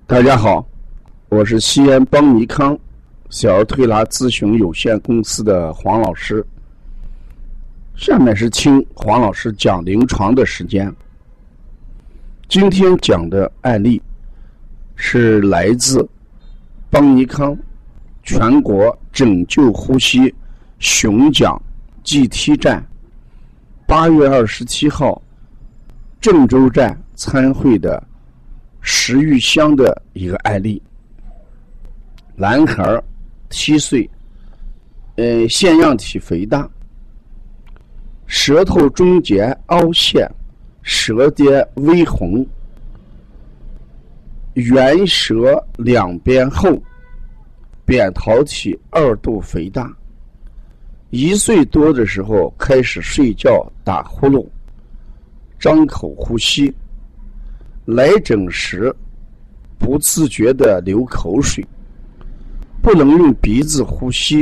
大家好，我是西安邦尼康小儿推拿咨询有限公司的黄老师。下面是听黄老师讲临床的时间。今天讲的案例是来自邦尼康全国拯救呼吸熊奖GT站8月27号郑州站参会的石玉香的一个案例。男孩7岁，腺样体肥大，舌头中间凹陷，舌尖微红，圆舌两边厚，扁桃体2度肥大。1岁多的时候开始睡觉打呼噜，张口呼吸，来诊时不自觉地流口水，不能用鼻子呼吸，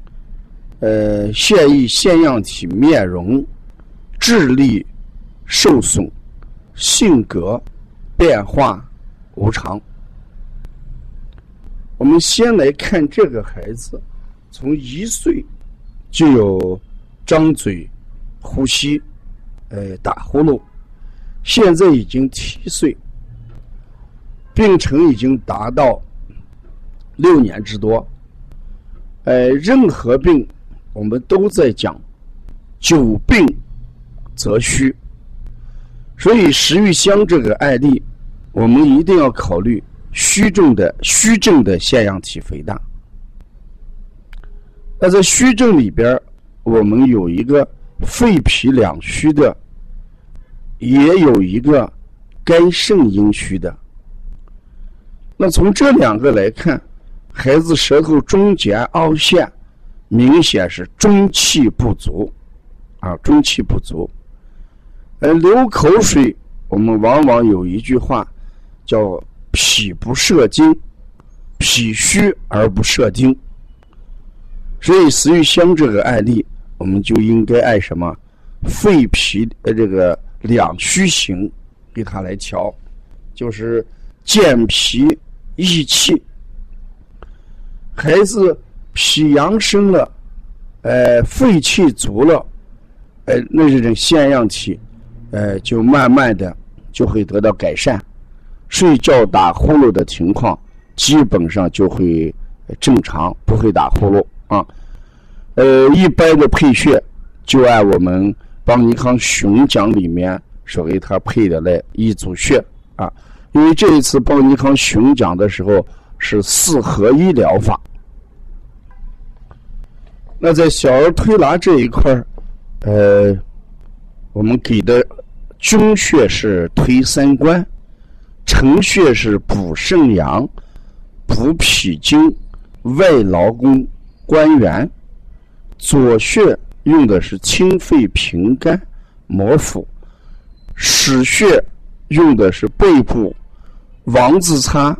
腺样体面容，智力受损，性格变化无常。我们先来看这个孩子，从1岁就有张嘴呼吸，打呼噜，现在已经7岁，病程已经达到6年之多。任何病我们都在讲久病则虚，所以石玉香这个案例我们一定要考虑虚症的腺样体肥大。那在虚症里边，我们有一个肺脾两虚的，也有一个肝肾阴虚的。那从这两个来看，孩子舌头中间凹陷，明显是中气不足中气不足。流口水，我们往往有一句话叫脾不摄精，脾虚而不摄精。所以石玉香这个案例，我们就应该按什么肺脾这个两虚型给他来调，就是健脾益气。孩子脾阳生了，肺气足了，那这种腺样体就慢慢的就会得到改善，睡觉打呼噜的情况基本上就会正常，不会打呼噜啊。一般的配穴就按我们邦尼康熊奖里面所给他配的那一组穴啊。因为这一次邦尼康熊奖的时候是4合1疗法。那在小儿推拿这一块我们给的中穴是推三关，承穴是补肾阳、补脾经、外劳宫、关元。左穴用的是清肺平肝、摩腹。始穴用的是背部王字擦。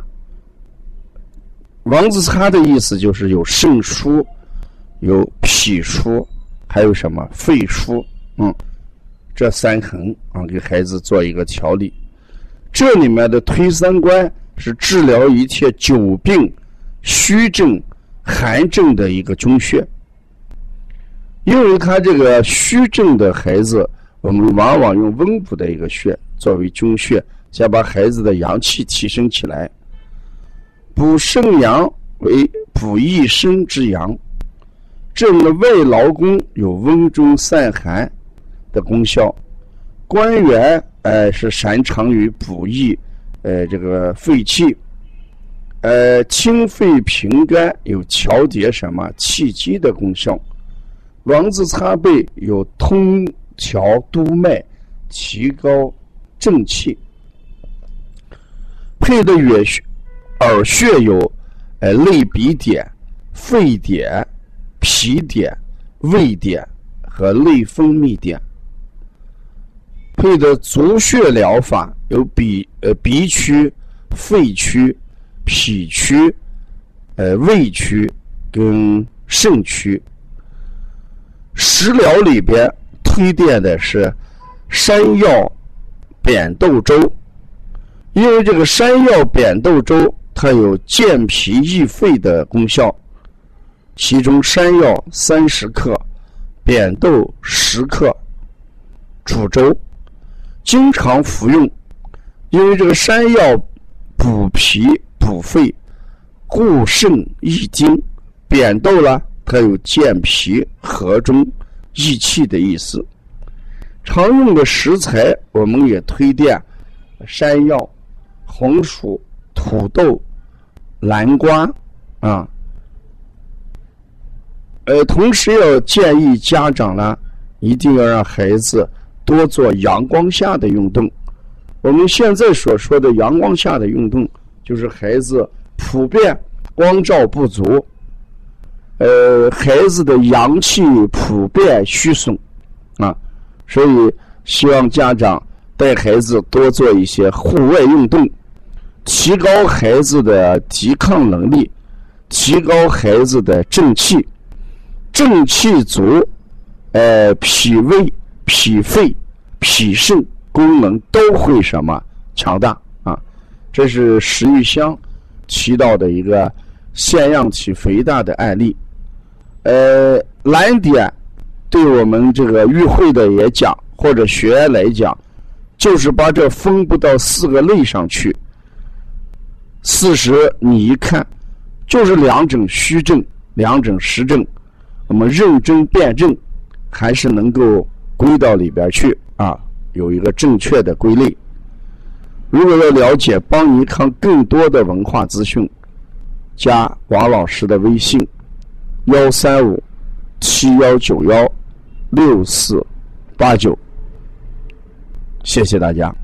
王字擦的意思就是有肾腧、有脾腧，还有什么肺腧，这3横给孩子做一个调理。这里面的推三关是治疗一切久病、虚症、寒症的一个中穴。因为他这个虚症的孩子，我们往往用温补的一个穴作为中穴，先把孩子的阳气提升起来。补肾阳为补一身之阳，这种的外劳宫有温中散寒的功效。关元是擅长于补益这个肺气，清肺平肝有调节什么气机的功效。王字擦背有通调督脉，提高正气。配的耳穴有内鼻点、肺点、脾点、胃点和内分泌点。配的足穴疗法有鼻区、肺区、脾区、胃区跟肾区。食疗里边推荐的是山药扁豆粥、 因为这个山药扁豆粥它有健脾益肺的功效，其中山药30克，扁豆10克，煮粥，经常服用。因为这个山药补脾补肺，固肾益精，扁豆呢它有健脾和中益气的意思。常用的食材我们也推荐山药、红薯、土豆、南瓜啊。同时要建议家长呢，一定要让孩子多做阳光下的运动。我们现在所说的阳光下的运动，就是孩子普遍光照不足，孩子的阳气普遍虚损啊，所以希望家长带孩子多做一些户外运动，提高孩子的抵抗能力，提高孩子的正气。正气足，脾胃、脾肺、脾肾功能都会什么强大啊？这是石玉香提到的一个腺样体肥大的案例。蓝碘对我们这个与会的也讲，或者学员来讲，就是把这分布到4个类上去。事实你一看，就是2种虚症，2种实症。我们认真辩证，还是能够归到里边去啊，有一个正确的归类。如果要了解邦尼康更多的文化资讯，加王老师的微信13571916489，谢谢大家。